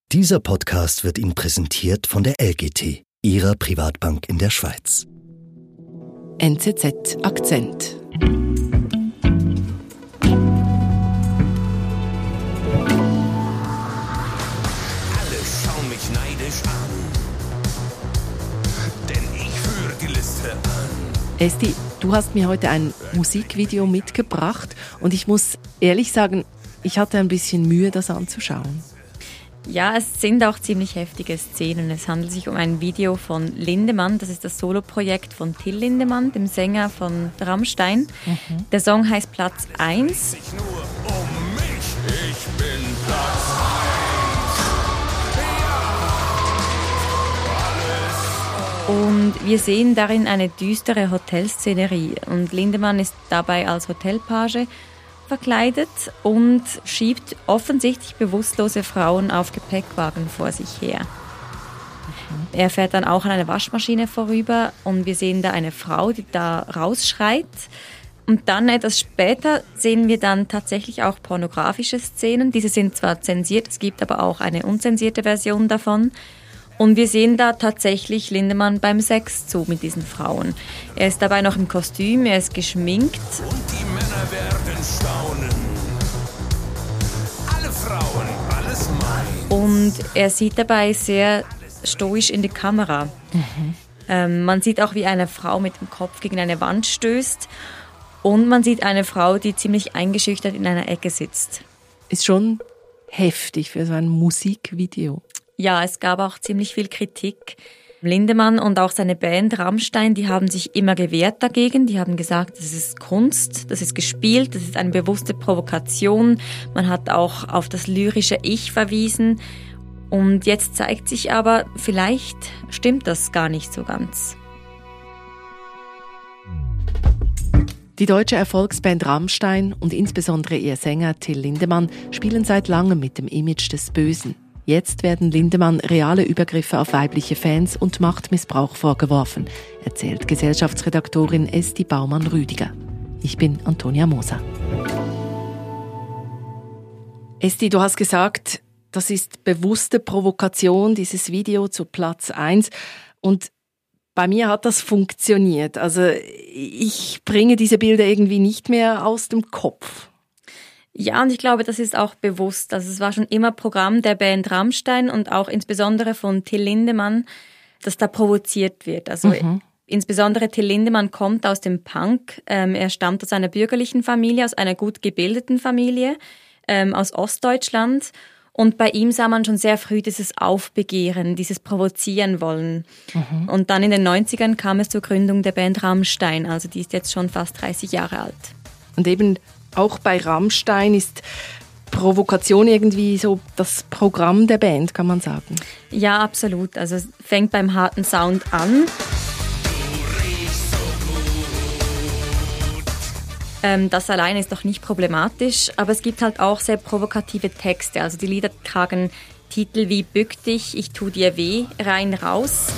Dieser Podcast wird Ihnen präsentiert von der LGT, Ihrer Privatbank in der Schweiz. NZZ Akzent. Alle schauen mich neidisch an, denn ich führe die Liste an. Esti, du hast mir heute ein Musikvideo mitgebracht und ich muss ehrlich sagen, ich hatte ein bisschen Mühe, das anzuschauen. Ja, es sind auch ziemlich heftige Szenen. Es handelt sich um ein Video von Lindemann. Das ist das Soloprojekt von Till Lindemann, dem Sänger von Rammstein. Der Song heißt Platz 1. Sich nur um mich, ich bin Platz 1. Und wir sehen darin eine düstere Hotelszenerie. Und Lindemann ist dabei als Hotelpage verkleidet und schiebt offensichtlich bewusstlose Frauen auf Gepäckwagen vor sich her. Er fährt dann auch an einer Waschmaschine vorüber und wir sehen da eine Frau, die da rausschreit. Und dann etwas später sehen wir dann tatsächlich auch pornografische Szenen. Diese sind zwar zensiert, es gibt aber auch eine unzensierte Version davon. Und wir sehen da tatsächlich Lindemann beim Sex zu mit diesen Frauen. Er ist dabei noch im Kostüm, er ist geschminkt. Und die Männer werden staunen. Alle Frauen, alles mein. Und er sieht dabei sehr stoisch in die Kamera. Man sieht auch, wie eine Frau mit dem Kopf gegen eine Wand stößt. Und man sieht eine Frau, die ziemlich eingeschüchtert in einer Ecke sitzt. Ist schon heftig für so ein Musikvideo. Ja, es gab auch ziemlich viel Kritik. Lindemann und auch seine Band Rammstein, die haben sich immer gewehrt dagegen. Die haben gesagt, das ist Kunst, das ist gespielt, das ist eine bewusste Provokation. Man hat auch auf das lyrische Ich verwiesen. Und jetzt zeigt sich aber, vielleicht stimmt das gar nicht so ganz. Die deutsche Erfolgsband Rammstein und insbesondere ihr Sänger Till Lindemann spielen seit langem mit dem Image des Bösen. Jetzt werden Lindemann reale Übergriffe auf weibliche Fans und Machtmissbrauch vorgeworfen, erzählt Gesellschaftsredaktorin Esti Baumann-Rüdiger. Ich bin Antonia Moser. Esti, du hast gesagt, das ist bewusste Provokation, dieses Video zu Platz 1. Und bei mir hat das funktioniert. Also ich bringe diese Bilder irgendwie nicht mehr aus dem Kopf. Ja, und ich glaube, das ist auch bewusst. Also es war schon immer Programm der Band Rammstein und auch insbesondere von Till Lindemann, dass da provoziert wird. Also insbesondere Till Lindemann kommt aus dem Punk. Er stammt aus einer bürgerlichen Familie, aus einer gut gebildeten Familie, aus Ostdeutschland. Und bei ihm sah man schon sehr früh dieses Aufbegehren, dieses Provozieren wollen. Und dann in den 90ern kam es zur Gründung der Band Rammstein. Also die ist jetzt schon fast 30 Jahre alt. Und eben auch bei Rammstein ist Provokation irgendwie so das Programm der Band, kann man sagen. Ja, absolut. Also es fängt beim harten Sound an. Das alleine ist doch nicht problematisch, aber es gibt halt auch sehr provokative Texte. Also die Lieder tragen Titel wie Bück dich, ich tu dir weh, rein, raus.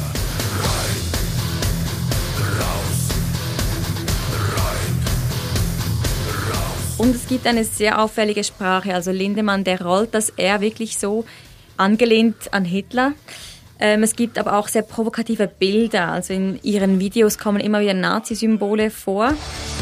Und es gibt eine sehr auffällige Sprache. Also Lindemann, der rollt das R wirklich so angelehnt an Hitler. Es gibt aber auch sehr provokative Bilder. Also in ihren Videos kommen immer wieder Nazi-Symbole vor.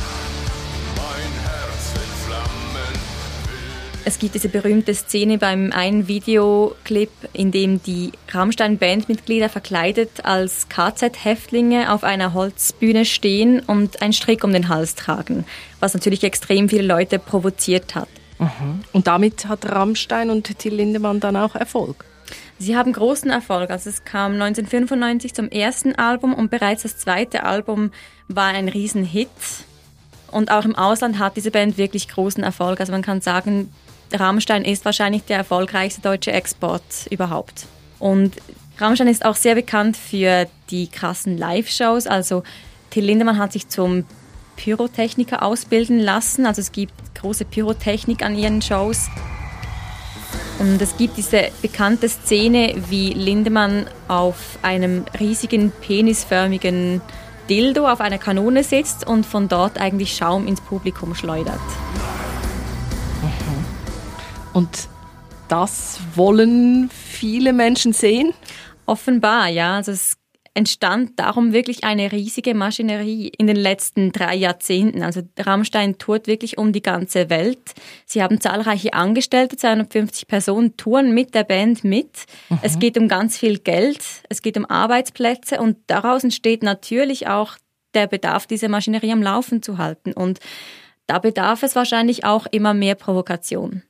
Es gibt diese berühmte Szene beim einen Videoclip, in dem die Rammstein-Bandmitglieder verkleidet als KZ-Häftlinge auf einer Holzbühne stehen und einen Strick um den Hals tragen, was natürlich extrem viele Leute provoziert hat. Und damit hat Rammstein und Till Lindemann dann auch Erfolg? Sie haben großen Erfolg. Also es kam 1995 zum ersten Album und bereits das zweite Album war ein Riesenhit. Und auch im Ausland hat diese Band wirklich großen Erfolg. Also man kann sagen, Rammstein ist wahrscheinlich der erfolgreichste deutsche Export überhaupt. Und Rammstein ist auch sehr bekannt für die krassen Live-Shows. Also Till Lindemann hat sich zum Pyrotechniker ausbilden lassen. Also es gibt große Pyrotechnik an ihren Shows. Und es gibt diese bekannte Szene, wie Lindemann auf einem riesigen penisförmigen Dildo auf einer Kanone sitzt und von dort eigentlich Schaum ins Publikum schleudert. Und das wollen viele Menschen sehen? Offenbar, ja. Also es entstand darum wirklich eine riesige Maschinerie in den letzten 3 Jahrzehnten. Also Rammstein tourt wirklich um die ganze Welt. Sie haben zahlreiche Angestellte, 250 Personen touren mit der Band mit. Es geht um ganz viel Geld, es geht um Arbeitsplätze und daraus entsteht natürlich auch der Bedarf, diese Maschinerie am Laufen zu halten. Und da bedarf es wahrscheinlich auch immer mehr Provokation.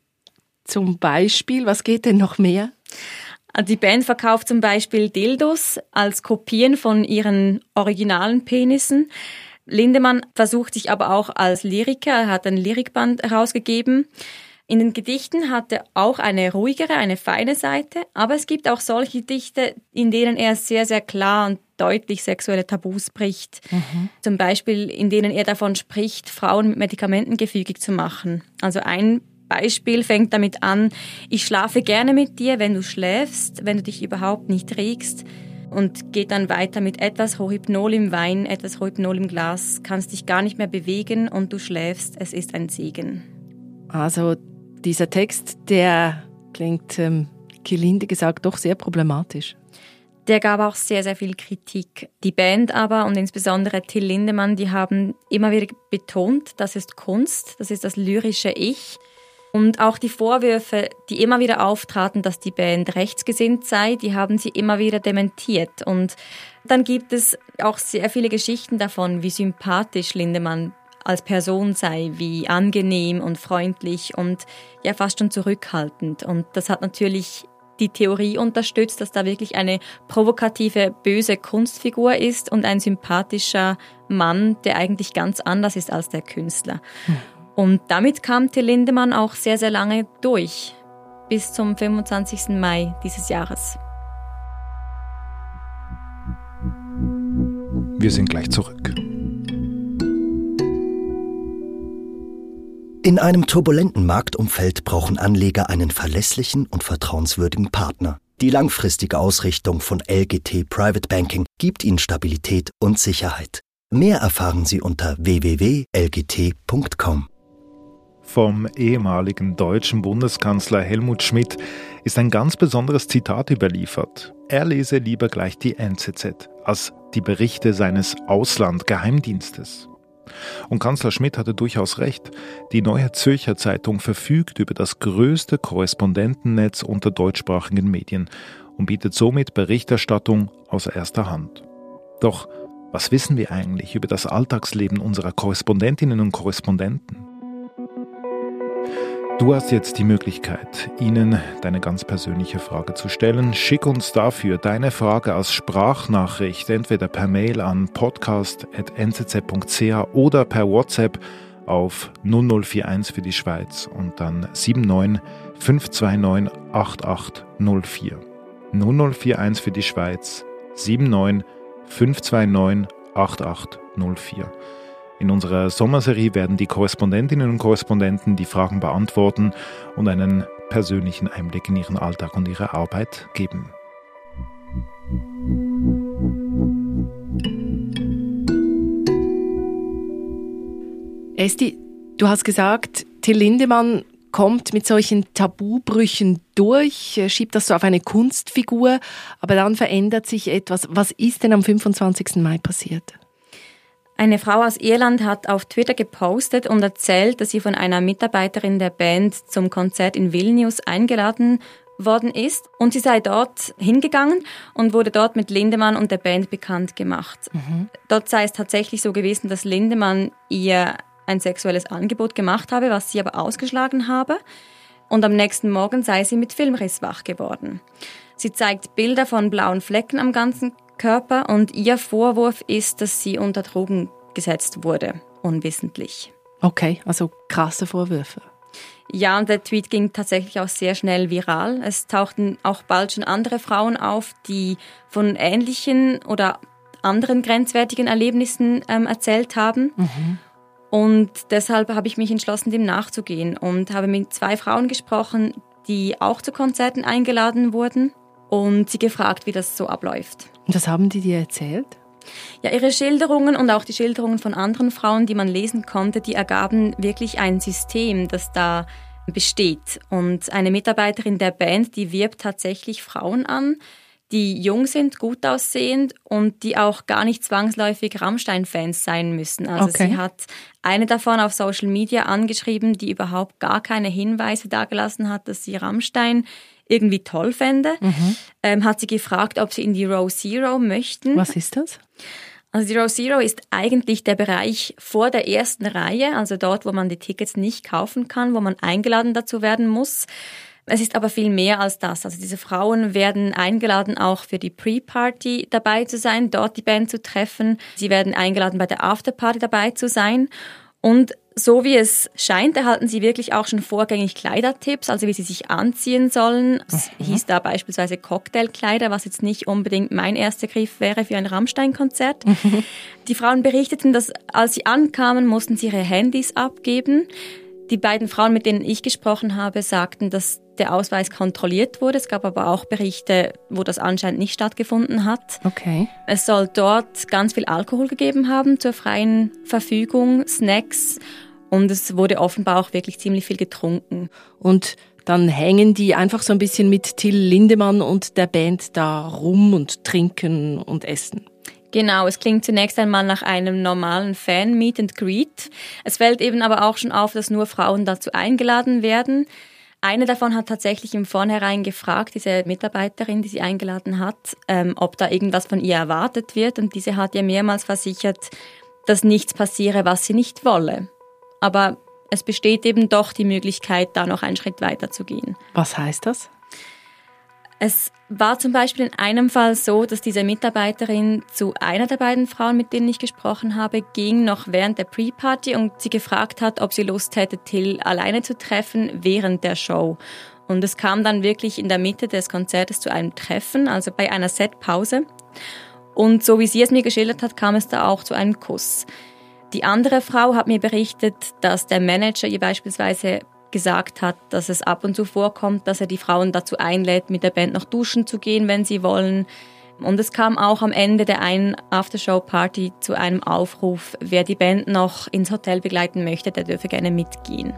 Zum Beispiel, was geht denn noch mehr? Die Band verkauft zum Beispiel Dildos als Kopien von ihren originalen Penissen. Lindemann versucht sich aber auch als Lyriker, er hat ein Lyrikband herausgegeben. In den Gedichten hat er auch eine ruhigere, eine feine Seite, aber es gibt auch solche Gedichte, in denen er sehr, sehr klar und deutlich sexuelle Tabus bricht. Zum Beispiel, in denen er davon spricht, Frauen mit Medikamenten gefügig zu machen. Also ein Beispiel fängt damit an, ich schlafe gerne mit dir, wenn du schläfst, wenn du dich überhaupt nicht regst, und geht dann weiter mit etwas Rohypnol im Wein, etwas Rohypnol im Glas, kannst dich gar nicht mehr bewegen und du schläfst, es ist ein Segen. Also dieser Text, der klingt gelinde gesagt doch sehr problematisch. Der gab auch sehr, sehr viel Kritik. Die Band aber und insbesondere Till Lindemann, die haben immer wieder betont, das ist Kunst, das ist das lyrische Ich. Und auch die Vorwürfe, die immer wieder auftraten, dass die Band rechtsgesinnt sei, die haben sie immer wieder dementiert. Und dann gibt es auch sehr viele Geschichten davon, wie sympathisch Lindemann als Person sei, wie angenehm und freundlich und ja fast schon zurückhaltend. Und das hat natürlich die Theorie unterstützt, dass da wirklich eine provokative, böse Kunstfigur ist und ein sympathischer Mann, der eigentlich ganz anders ist als der Künstler. Und damit kam Till Lindemann auch sehr, sehr lange durch, bis zum 25. Mai dieses Jahres. Wir sind gleich zurück. In einem turbulenten Marktumfeld brauchen Anleger einen verlässlichen und vertrauenswürdigen Partner. Die langfristige Ausrichtung von LGT Private Banking gibt Ihnen Stabilität und Sicherheit. Mehr erfahren Sie unter www.lgt.com. Vom ehemaligen deutschen Bundeskanzler Helmut Schmidt ist ein ganz besonderes Zitat überliefert. Er lese lieber gleich die NZZ als die Berichte seines Auslandgeheimdienstes. Und Kanzler Schmidt hatte durchaus recht. Die Neue Zürcher Zeitung verfügt über das größte Korrespondentennetz unter deutschsprachigen Medien und bietet somit Berichterstattung aus erster Hand. Doch was wissen wir eigentlich über das Alltagsleben unserer Korrespondentinnen und Korrespondenten? Du hast jetzt die Möglichkeit, ihnen deine ganz persönliche Frage zu stellen. Schick uns dafür deine Frage als Sprachnachricht, entweder per Mail an podcast@nzz.ch oder per WhatsApp auf 0041 für die Schweiz und dann 79 529 8804. 0041 für die Schweiz, 79 529 8804. In unserer Sommerserie werden die Korrespondentinnen und Korrespondenten die Fragen beantworten und einen persönlichen Einblick in ihren Alltag und ihre Arbeit geben. Esti, du hast gesagt, Till Lindemann kommt mit solchen Tabubrüchen durch, schiebt das so auf eine Kunstfigur, aber dann verändert sich etwas. Was ist denn am 25. Mai passiert? Eine Frau aus Irland hat auf Twitter gepostet und erzählt, dass sie von einer Mitarbeiterin der Band zum Konzert in Vilnius eingeladen worden ist. Und sie sei dort hingegangen und wurde dort mit Lindemann und der Band bekannt gemacht. Dort sei es tatsächlich so gewesen, dass Lindemann ihr ein sexuelles Angebot gemacht habe, was sie aber ausgeschlagen habe. Und am nächsten Morgen sei sie mit Filmriss wach geworden. Sie zeigt Bilder von blauen Flecken am ganzen Körper und ihr Vorwurf ist, dass sie unter Drogen gesetzt wurde, unwissentlich. Okay, also krasse Vorwürfe. Ja, und der Tweet ging tatsächlich auch sehr schnell viral. Es tauchten auch bald schon andere Frauen auf, die von ähnlichen oder anderen grenzwertigen Erlebnissen erzählt haben. Und deshalb habe ich mich entschlossen, dem nachzugehen und habe mit 2 Frauen gesprochen, die auch zu Konzerten eingeladen wurden und sie gefragt, wie das so abläuft. Und was haben die dir erzählt? Ja, ihre Schilderungen und auch die Schilderungen von anderen Frauen, die man lesen konnte, die ergaben wirklich ein System, das da besteht. Und eine Mitarbeiterin der Band, die wirbt tatsächlich Frauen an, die jung sind, gut aussehend und die auch gar nicht zwangsläufig Rammstein-Fans sein müssen. Also sie hat eine davon auf Social Media angeschrieben, die überhaupt gar keine Hinweise dargelassen hat, dass sie Rammstein irgendwie toll fände. Hat sie gefragt, ob sie in die Row Zero möchten. Was ist das? Also die Row Zero ist eigentlich der Bereich vor der ersten Reihe, also dort, wo man die Tickets nicht kaufen kann, wo man eingeladen dazu werden muss. Es ist aber viel mehr als das. Also diese Frauen werden eingeladen, auch für die Pre-Party dabei zu sein, dort die Band zu treffen. Sie werden eingeladen, bei der Afterparty dabei zu sein. Und so wie es scheint, erhalten sie wirklich auch schon vorgängig Kleidertipps, also wie sie sich anziehen sollen. Es hieß da beispielsweise Cocktailkleider, was jetzt nicht unbedingt mein erster Griff wäre für ein Rammstein-Konzert. Die Frauen berichteten, dass als sie ankamen, mussten sie ihre Handys abgeben. Die beiden Frauen, mit denen ich gesprochen habe, sagten, dass der Ausweis kontrolliert wurde. Es gab aber auch Berichte, wo das anscheinend nicht stattgefunden hat. Okay. Es soll dort ganz viel Alkohol gegeben haben zur freien Verfügung, Snacks und es wurde offenbar auch wirklich ziemlich viel getrunken. Und dann hängen die einfach so ein bisschen mit Till Lindemann und der Band da rum und trinken und essen. Genau, es klingt zunächst einmal nach einem normalen Fan-Meet and Greet. Es fällt eben aber auch schon auf, dass nur Frauen dazu eingeladen werden. Eine davon hat tatsächlich im Vornherein gefragt, diese Mitarbeiterin, die sie eingeladen hat, ob da irgendwas von ihr erwartet wird. Und diese hat ihr mehrmals versichert, dass nichts passiere, was sie nicht wolle. Aber es besteht eben doch die Möglichkeit, da noch einen Schritt weiter zu gehen. Was heißt das? Es war zum Beispiel in einem Fall so, dass diese Mitarbeiterin zu einer der beiden Frauen, mit denen ich gesprochen habe, ging noch während der Pre-Party und sie gefragt hat, ob sie Lust hätte, Till alleine zu treffen während der Show. Und es kam dann wirklich in der Mitte des Konzertes zu einem Treffen, also bei einer Setpause. Und so wie sie es mir geschildert hat, kam es da auch zu einem Kuss. Die andere Frau hat mir berichtet, dass der Manager ihr beispielsweise gesagt hat, dass es ab und zu vorkommt, dass er die Frauen dazu einlädt, mit der Band noch duschen zu gehen, wenn sie wollen. Und es kam auch am Ende der einen Aftershow-Party zu einem Aufruf, wer die Band noch ins Hotel begleiten möchte, der dürfe gerne mitgehen.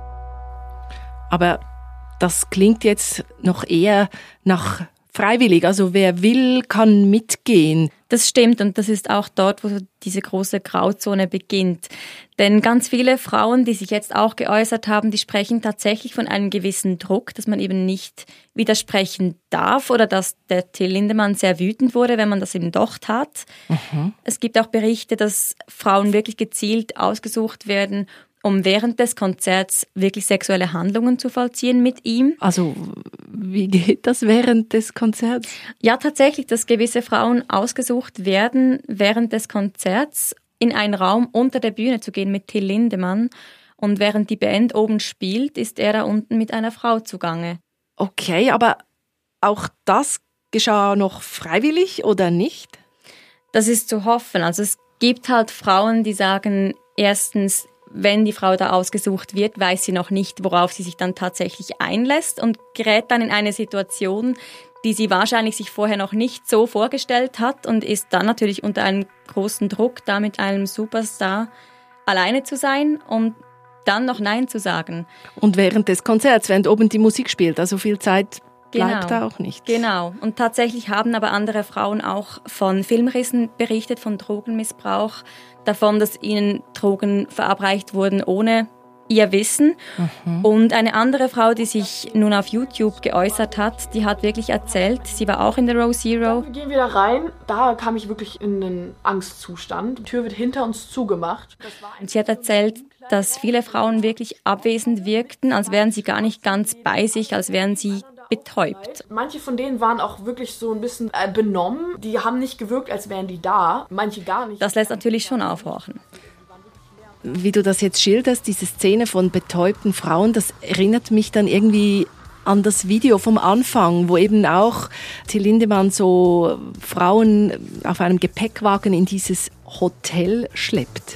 Aber das klingt jetzt noch eher nach freiwillig. Also wer will, kann mitgehen. Das stimmt und das ist auch dort, wo diese große Grauzone beginnt. Denn ganz viele Frauen, die sich jetzt auch geäußert haben, die sprechen tatsächlich von einem gewissen Druck, dass man eben nicht widersprechen darf oder dass der Till Lindemann sehr wütend wurde, wenn man das eben doch tat. Es gibt auch Berichte, dass Frauen wirklich gezielt ausgesucht werden, um während des Konzerts wirklich sexuelle Handlungen zu vollziehen mit ihm. Also wie geht das während des Konzerts? Ja, tatsächlich, dass gewisse Frauen ausgesucht werden, während des Konzerts in einen Raum unter der Bühne zu gehen mit Till Lindemann. Und während die Band oben spielt, ist er da unten mit einer Frau zugange. Okay, aber auch das geschah noch freiwillig oder nicht? Das ist zu hoffen. Also es gibt halt Frauen, die sagen, erstens, wenn die Frau da ausgesucht wird, weiß sie noch nicht, worauf sie sich dann tatsächlich einlässt und gerät dann in eine Situation, die sie wahrscheinlich sich vorher noch nicht so vorgestellt hat und ist dann natürlich unter einem großen Druck, da mit einem Superstar alleine zu sein und dann noch Nein zu sagen. Und während des Konzerts, während oben die Musik spielt, also viel Zeit bleibt da auch nicht. Genau. Und tatsächlich haben aber andere Frauen auch von Filmrissen berichtet, von Drogenmissbrauch, davon, dass ihnen Drogen verabreicht wurden ohne ihr Wissen. Und eine andere Frau, die sich nun auf YouTube geäußert hat, die hat wirklich erzählt, sie war auch in der Row Zero. Wir gehen wieder rein, da kam ich wirklich in einen Angstzustand. Die Tür wird hinter uns zugemacht. Und sie hat erzählt, dass viele Frauen wirklich abwesend wirkten, als wären sie gar nicht ganz bei sich, als wären sie betäubt. Manche von denen waren auch wirklich so ein bisschen benommen. Die haben nicht gewirkt, als wären die da. Manche gar nicht. Das lässt natürlich schon aufhorchen. Wie du das jetzt schilderst, diese Szene von betäubten Frauen, das erinnert mich dann irgendwie an das Video vom Anfang, wo eben auch Till Lindemann so Frauen auf einem Gepäckwagen in dieses Hotel schleppt.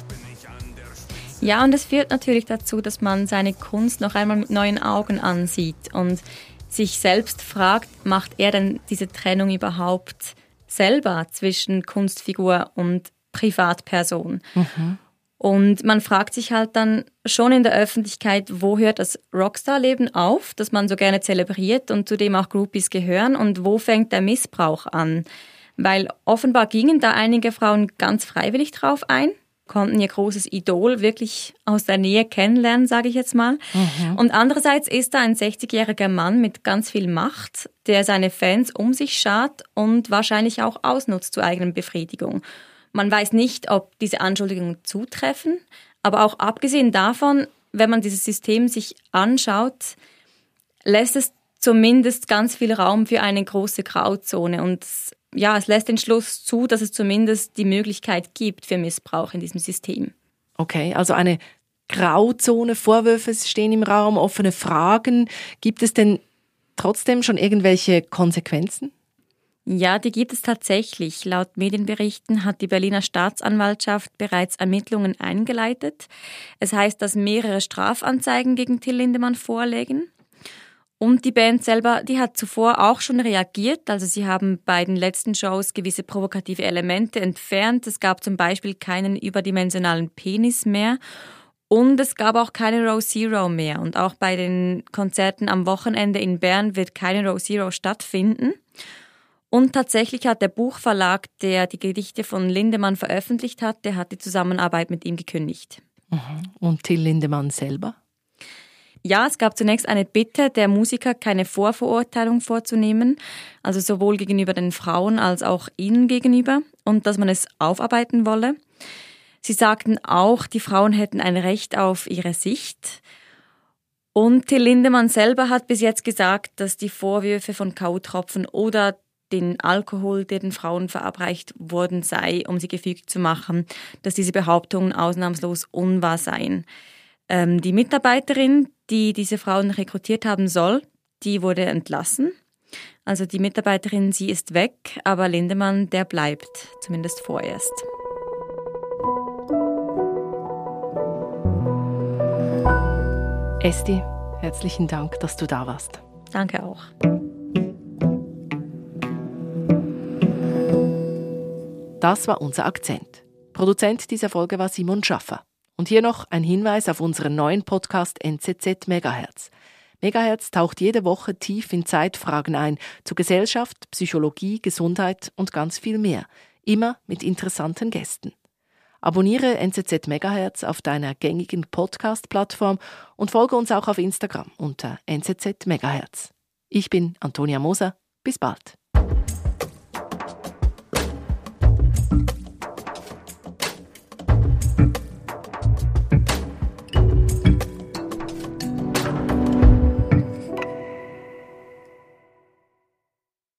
Ja, und es führt natürlich dazu, dass man seine Kunst noch einmal mit neuen Augen ansieht und sich selbst fragt, macht er denn diese Trennung überhaupt selber zwischen Kunstfigur und Privatperson? Und man fragt sich halt dann schon in der Öffentlichkeit, wo hört das Rockstar-Leben auf, das man so gerne zelebriert und zu dem auch Groupies gehören, und wo fängt der Missbrauch an? Weil offenbar gingen da einige Frauen ganz freiwillig drauf ein, konnten ihr großes Idol wirklich aus der Nähe kennenlernen, sage ich jetzt mal. Und andererseits ist da ein 60-jähriger Mann mit ganz viel Macht, der seine Fans um sich schart und wahrscheinlich auch ausnutzt zur eigenen Befriedigung. Man weiß nicht, ob diese Anschuldigungen zutreffen, aber auch abgesehen davon, wenn man dieses System sich anschaut, lässt es zumindest ganz viel Raum für eine große Grauzone. Und ja, es lässt den Schluss zu, dass es zumindest die Möglichkeit gibt für Missbrauch in diesem System. Okay, also eine Grauzone, Vorwürfe stehen im Raum, offene Fragen. Gibt es denn trotzdem schon irgendwelche Konsequenzen? Ja, die gibt es tatsächlich. Laut Medienberichten hat die Berliner Staatsanwaltschaft bereits Ermittlungen eingeleitet. Es heißt, dass mehrere Strafanzeigen gegen Till Lindemann vorliegen. Und die Band selber, die hat zuvor auch schon reagiert. Also sie haben bei den letzten Shows gewisse provokative Elemente entfernt. Es gab zum Beispiel keinen überdimensionalen Penis mehr. Und es gab auch keine Row Zero mehr. Und auch bei den Konzerten am Wochenende in Bern wird keine Row Zero stattfinden. Und tatsächlich hat der Buchverlag, der die Gedichte von Lindemann veröffentlicht hat, der hat die Zusammenarbeit mit ihm gekündigt. Und Till Lindemann selber? Ja, es gab zunächst eine Bitte der Musiker, keine Vorverurteilung vorzunehmen, also sowohl gegenüber den Frauen als auch ihnen gegenüber, und dass man es aufarbeiten wolle. Sie sagten auch, die Frauen hätten ein Recht auf ihre Sicht. Und Till Lindemann selber hat bis jetzt gesagt, dass die Vorwürfe von K.O.-Tropfen oder den Alkohol, der den Frauen verabreicht worden sei, um sie gefügig zu machen, dass diese Behauptungen ausnahmslos unwahr seien. Die Mitarbeiterin, die diese Frauen rekrutiert haben soll, die wurde entlassen. Also die Mitarbeiterin, sie ist weg, aber Lindemann, der bleibt, zumindest vorerst. Esti, herzlichen Dank, dass du da warst. Danke auch. Das war unser Akzent. Produzent dieser Folge war Simon Schaffer. Und hier noch ein Hinweis auf unseren neuen Podcast NZZ Megahertz. Megahertz taucht jede Woche tief in Zeitfragen ein, zu Gesellschaft, Psychologie, Gesundheit und ganz viel mehr. Immer mit interessanten Gästen. Abonniere NZZ Megahertz auf deiner gängigen Podcast-Plattform und folge uns auch auf Instagram unter NZZ Megahertz. Ich bin Antonia Moser. Bis bald.